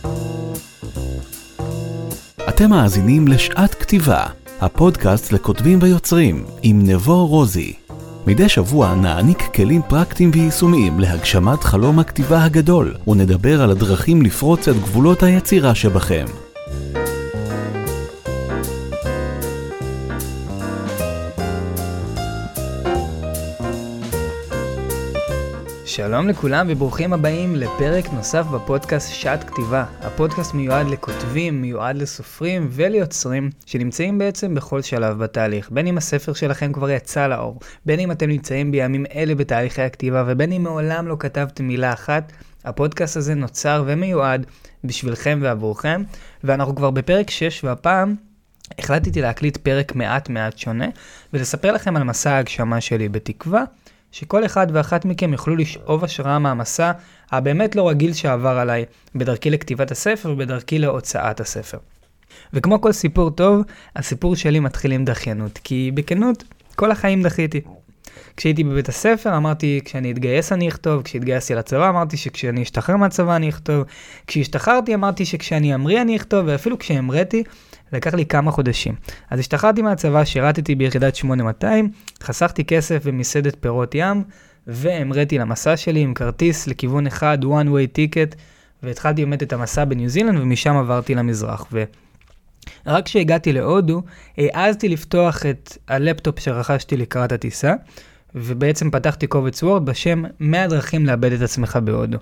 אתם מאזינים לשעת כתיבה, הפודקאסט לכותבים ויוצרים עם נבו רוזי. מדי שבוע נעניק כלים פרקטיים ויישומיים להגשמת חלום הכתיבה הגדול, ונדבר על הדרכים לפרוץ את גבולות היצירה שבכם. שלום לכולם וברוכים הבאים לפרק נוסף בפודקאסט שעת כתיבה. הפודקאסט מיועד לכותבים, מיועד לסופרים וליוצרים שנמצאים בעצם בכל שלב בתהליך. בין אם הספר שלכם כבר יצא לאור, בין אם אתם נמצאים בימים אלה בתהליכי הכתיבה ובין אם מעולם לא כתבתם מילה אחת, הפודקאסט הזה נוצר ומיועד בשבילכם ועבורכם. ואנחנו כבר בפרק 6 והפעם החלטתי להקליט פרק מעט שונה ולספר לכם על מסע ההגשמה שלי בתקווה שכל אחד ואחת מכם יוכלו לשאוב השראה מהמסע הבאמת לא רגיל שעבר עליי בדרכי לכתיבת הספר ובדרכי להוצאת הספר. וכמו כל סיפור טוב, הסיפור שלי מתחיל עם דחיינות, כי בכנות כל החיים דחיתי. כשהייתי בבית הספר אמרתי כשאני אתגייס אני אכתוב, כשהתגייסתי לצבא אמרתי שכשאני אשתחרר מהצבא אני אכתוב, כשהשתחררתי אמרתי שכשאני אמריא אני אכתוב, ואפילו כשהמראתי לקח לי כמה חודשים. אז השתחררתי מהצבא, שירתתי ביחידת 8200, חסכתי כסף במסעדת פירות ים, והמראתי למסע שלי עם כרטיס לכיוון אחד, one way ticket, והתחלתי באמת את המסע בניו זילנד, ומשם עברתי למזרח. ורק כשהגעתי להודו, העזתי לפתוח את הלפטופ שרכשתי לקראת הטיסה, ובעצם פתחתי קובץ וורד בשם 100 דרכים לאבד את עצמך בהודו.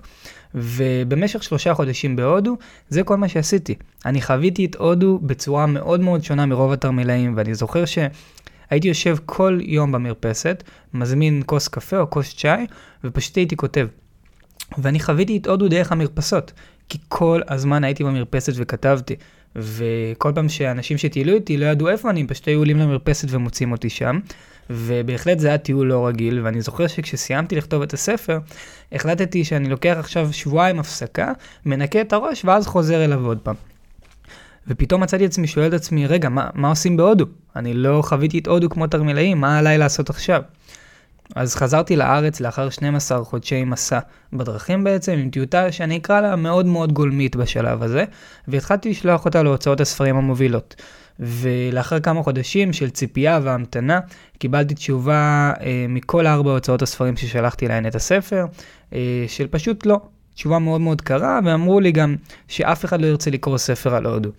ובמשך 3 חודשים בהודו, זה כל מה שעשיתי. אני חוויתי את הודו בצורה מאוד מאוד שונה מרוב התרמילאים, ואני זוכר שהייתי יושב כל יום במרפסת, מזמין כוס קפה או כוס צ'אי, ופשוט הייתי כותב. ואני חוויתי את הודו דרך המרפסות, כי כל הזמן הייתי במרפסת וכתבתי. וכל פעם שאנשים שטיילו איתי לא ידעו איפה אני, פשוט היו עולים למרפסת ומוצאים אותי שם. ובהחלט זה היה טיול לא רגיל, ואני זוכר שכשסיימתי לכתוב את הספר, החלטתי שאני לוקח עכשיו 2 שבועות הפסקה, מנקה את הראש, ואז חוזר אליו עוד פעם. ופתאום מצאתי עצמי, שואל את עצמי, רגע, מה עושים בהודו? אני לא חוויתי את הודו כמו תרמילאים, מה עליי לעשות עכשיו? אז חזרתי לארץ לאחר 12 חודשי מסע בדרכים בעצם, עם טיוטה שאני אקרא לה מאוד מאוד גולמית בשלב הזה, והתחלתי לשלוח אותה להוצאות הספרים המובילות. ולאחר כמה חודשים של ציפייה והמתנה, קיבלתי תשובה מכל 4 הוצאות הספרים ששלחתי להן את הספר, של פשוט לא. תשובה מאוד מאוד קרה, ואמרו לי גם שאף אחד לא ירצה לקרוא ספר על הודו.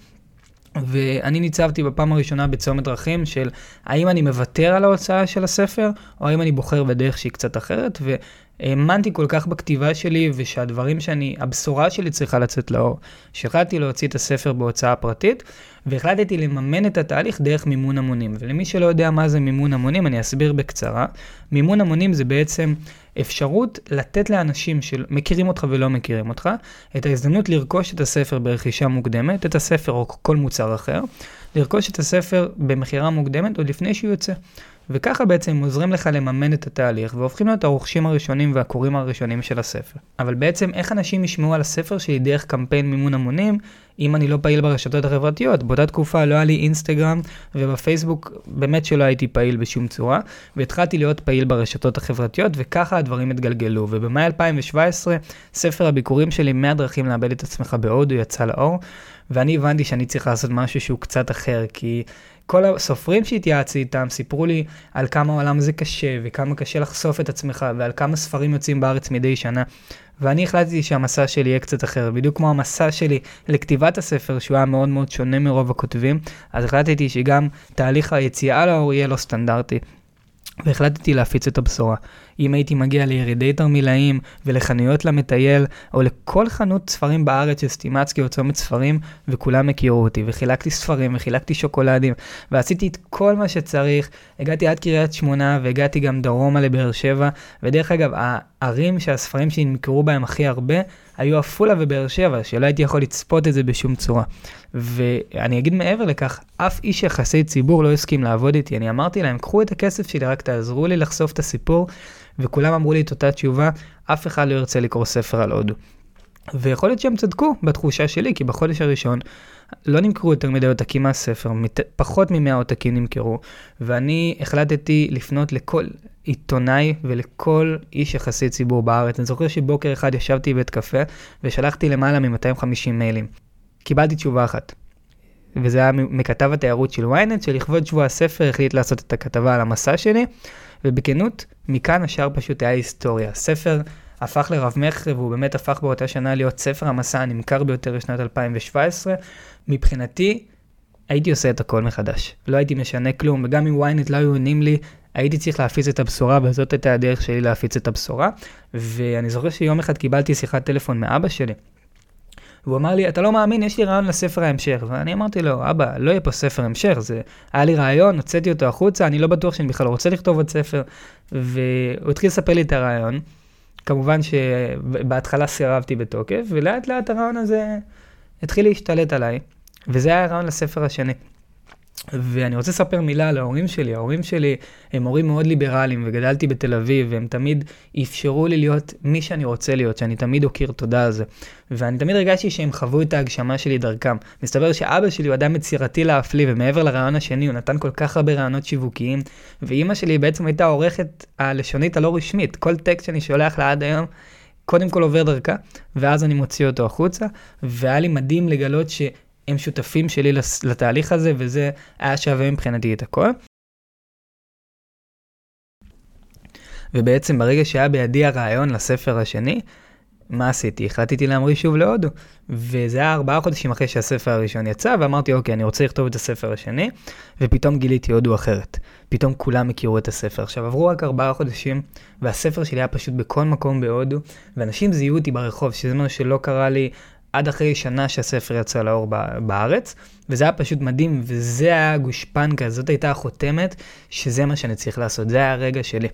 ואני ניצבתי בפעם הראשונה בצומת דרכים של האם אני מוותר על ההוצאה של הספר, או האם אני בוחר בדרך שהיא קצת אחרת, והאמנתי כל כך בכתיבה שלי, ושהדברים הבשורה שלי צריכה לצאת לאור, שהחלטתי להוציא את הספר בהוצאה פרטית, והחלטתי לממן את התהליך דרך מימון המונים. ולמי שלא יודע מה זה מימון המונים, אני אסביר בקצרה. מימון המונים זה בעצם אפשרות לתת לאנשים שמכירים אותך ולא מכירים אותך, את ההזדמנות לרכוש את הספר ברכישה מוקדמת, את הספר או כל מוצר אחר, לרכוש את הספר במחירה מוקדמת עוד לפני שהוא יוצא. וככה בעצם עוזרים לך לממן את התהליך, והופכים להיות הרוכשים הראשונים והקוראים הראשונים של הספר. אבל בעצם איך אנשים ישמעו על הספר שלי דרך קמפיין מימון המונים, אם אני לא פעיל ברשתות החברתיות? באותה תקופה לא היה לי אינסטגרם, ובפייסבוק באמת שלא הייתי פעיל בשום צורה, והתחלתי להיות פעיל ברשתות החברתיות, וככה הדברים התגלגלו. ובמאי 2017, ספר הביקורים שלי 100 דרכים לאבד את עצמך בהודו יצא לאור, ואני הבנתי שאני צריך לעשות משהו שהוא קצת אחר, כי כל הסופרים שהתייעצתי איתם סיפרו לי על כמה העולם זה קשה, וכמה קשה לחשוף את עצמך, ועל כמה ספרים יוצאים בארץ מדי שנה. ואני החלטתי שהמסע שלי יהיה קצת אחר, בדיוק כמו המסע שלי לכתיבת הספר, שהוא היה מאוד מאוד שונה מרוב הכותבים, אז החלטתי שגם תהליך היציאה לאור יהיה לא סטנדרטי. והחלטתי להפיץ את הבשורה. אם הייתי מגיע לירידי תרמילאים ולחנויות למטייל, או לכל חנות ספרים בארץ של סטימצקי או צומת ספרים, וכולם הכירו אותי, וחילקתי ספרים, וחילקתי שוקולדים, ועשיתי את כל מה שצריך. הגעתי עד קריית שמונה, והגעתי גם דרומה לבאר שבע, ודרך אגב, הערים שהספרים שנמכרו בהם הכי הרבה, היו עפולה ובאר שבע, שלא הייתי יכול לצפות את זה בשום צורה. ואני אגיד מעבר לכך, אף איש יחסי ציבור לא הסכים לעבוד איתי. אני אמרתי להם, קחו את הכסף שלי, רק תעזרו לי לחשוף את הסיפור, וכולם אמרו לי את אותה תשובה, אף אחד לא ירצה לקרוא ספר על הודו. ויכול להיות שהם צדקו בתחושה שלי, כי בחודש הראשון לא נמכרו יותר מדי עותקים מהספר, פחות מ100 עותקים נמכרו, ואני החלטתי לפנות עיתונאי ולכל איש יחסי ציבור בארץ. אני זוכר שבוקר אחד ישבתי בבית קפה ושלחתי למעלה מ-250 מיילים. קיבלתי תשובה אחת. וזה היה מכתב התיירות של ynet, שלכבוד שבוע הספר החליט לעשות את הכתבה על המסע שלי, ובכנות, מכאן השאר פשוט היה היסטוריה. הספר הפך לרב מכר, והוא באמת הפך באותה שנה להיות ספר המסע הנמכר ביותר בשנת 2017. מבחינתי, הייתי עושה את הכל מחדש. לא הייתי משנה כלום, וגם אם ynet לא היו עונים לי, הייתי צריך להפיץ את הבשורה, וזאת הייתה הדרך שלי להפיץ את הבשורה. ואני זוכר שיום אחד קיבלתי שיחת טלפון מאבא שלי, והוא אמר לי, אתה לא מאמין, יש לי רעיון לספר ההמשך. ואני אמרתי לו, אבא, לא יהיה פה ספר המשך, היה לי רעיון, הוצאתי אותו החוצה, אני לא בטוח שאני בכלל רוצה לכתוב עוד ספר. והוא התחיל לספר לי את הרעיון. כמובן שבהתחלה סירבתי בתוקף, ולאט לאט הרעיון הזה התחיל להשתלט עליי. וזה היה הרעיון לספר השני. ואני רוצה לספר מילה על ההורים שלי. ההורים שלי הם הורים מאוד ליברליים, וגדלתי בתל אביב, והם תמיד אפשרו לי להיות מי שאני רוצה להיות, שאני תמיד אוקיר תודה על זה. ואני תמיד הרגשתי שהם חוו את ההגשמה שלי דרכם. מסתבר שאבא שלי הוא אדם יצירתי להפליא, ומעבר לרעיון השני, הוא נתן כל כך הרבה רעיונות שיווקיים, ואמא שלי בעצם הייתה עורכת הלשונית הלא רשמית. כל טקסט שאני שולח לה עד היום, קודם כל עובר דרכה, ואז אני מוציא אותו החוצה, והיה לי מדהים לגלות הם שותפים שלי לתהליך הזה, וזה היה שווה מבחינתי את הכל. ובעצם ברגע שהיה בידי הרעיון לספר השני, מה עשיתי? החלטתי להמריא שוב להודו. וזה היה 4 חודשים אחרי שהספר הראשון יצא, ואמרתי, אוקיי, אני רוצה לכתוב את הספר השני, ופתאום גיליתי הודו אחרת. פתאום כולם הכירו את הספר. עכשיו, עברו רק 4 חודשים, והספר שלי היה פשוט בכל מקום בהודו, ואנשים זיהו אותי ברחוב, שזה מה שלא קרה לי עד אחרי שנה שהספר יצא לאור בארץ, וזה היה פשוט מדהים, וזה היה גושפנקה, זאת הייתה החותמת, שזה מה שאני צריך לעשות, זה היה הרגע שלי.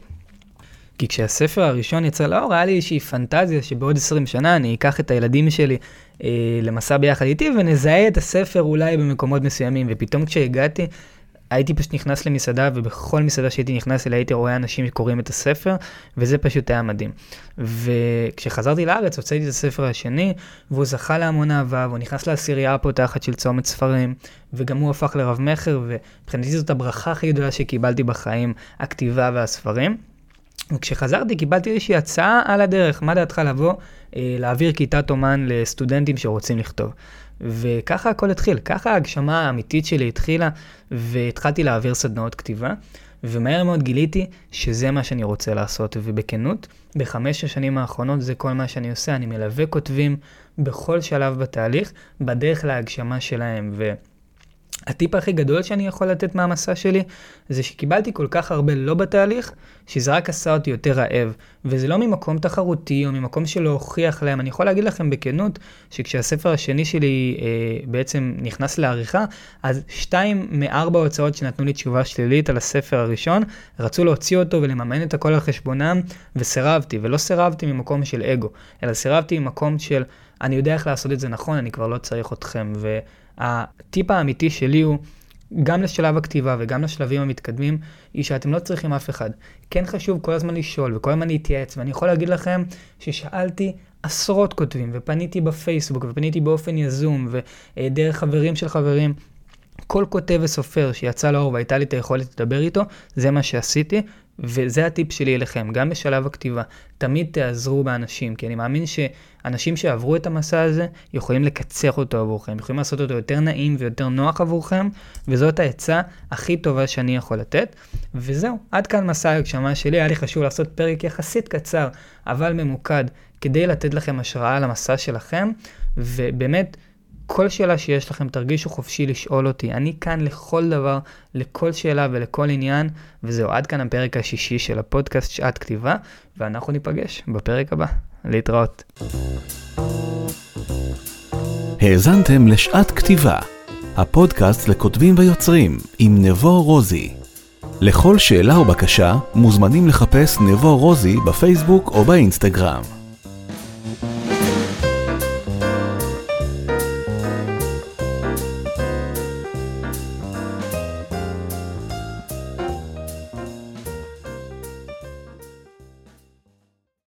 כי כשהספר הראשון יצא לאור, היה לי איזושהי פנטזיה שבעוד 20 שנה אני אקח את הילדים שלי למסע ביחד איתי, ונזהה את הספר אולי במקומות מסוימים, ופתאום כשהגעתי, הייתי פשוט נכנס למסעדה, ובכל מסעדה שהייתי נכנס אליה הייתי רואה אנשים שקוראים את הספר, וזה פשוט היה מדהים. וכשחזרתי לארץ, הוצאתי את הספר השני, והוא זכה להמון אהבה, והוא נכנס לעשירייה הפותחת של צומת ספרים, וגם הוא הפך לרב מכר, ובחינתי זאת הברכה הכי גדולה שקיבלתי בחיים, הכתיבה והספרים. וכשחזרתי קיבלתי איזושהי הצעה על הדרך, מה דעתך לבוא להעביר כיתת אומן לסטודנטים שרוצים לכתוב. וככה הכל התחיל, ככה ההגשמה האמיתית שלי התחילה, והתחלתי להעביר סדנאות כתיבה, ומהר מאוד גיליתי שזה מה שאני רוצה לעשות, ובכנות, ב5 השנים האחרונות זה כל מה שאני עושה, אני מלווה כותבים בכל שלב בתהליך, בדרך להגשמה שלהם, הטיפ הכי גדול שאני יכול לתת מהמסע שלי, זה שקיבלתי כל כך הרבה לא בתהליך, שזה רק עשה אותי יותר רעב. וזה לא ממקום תחרותי, או ממקום שלא הוכיח להם. אני יכול להגיד לכם בכנות, שכשהספר השני שלי בעצם נכנס לעריכה, אז 2 מ-4 הוצאות שנתנו לי תשובה שלילית על הספר הראשון, רצו להוציא אותו ולממן את הכל על חשבונם, וסירבתי. ולא סירבתי ממקום של אגו, אלא סירבתי ממקום של, אני יודע איך לעשות את זה נכון, אני כבר לא צריך אתכם. הטיפ האמיתי שלי הוא, גם לשלב הכתיבה וגם לשלבים המתקדמים, היא שאתם לא צריכים אף אחד. כן חשוב כל הזמן לשאול וכל הזמן להתייעץ, ואני יכול להגיד לכם ששאלתי עשרות כותבים, ופניתי בפייסבוק, ופניתי באופן יזום, ודרך חברים של חברים. כל כותב וסופר שיצא לאור והייתה לי את היכולת לדבר איתו, זה מה שעשיתי, וזה הטיפ שלי אליכם, גם בשלב הכתיבה. תמיד תעזרו באנשים, כי אני מאמין שאנשים שעברו את המסע הזה יכולים לקצר אותו עבורכם, יכולים לעשות אותו יותר נעים ויותר נוח עבורכם, וזאת העצה הכי טובה שאני יכול לתת. וזהו, עד כאן מסע ההגשמה שלי. היה לי חשוב לעשות פרק יחסית קצר, אבל ממוקד, כדי לתת לכם השראה על המסע שלכם, ובאמת, כל שאלה שיש לכם, תרגישו חופשי לשאול אותי. אני כאן לכל דבר, לכל שאלה ולכל עניין, וזהו, עד כאן הפרק השישי של הפודקאסט שעת כתיבה, ואנחנו ניפגש בפרק הבא. להתראות. האזנתם לשעת כתיבה, הפודקאסט לכותבים ויוצרים עם נבו רוזי. לכל שאלה או בקשה, מוזמנים לחפש נבו רוזי בפייסבוק או באינסטגרם.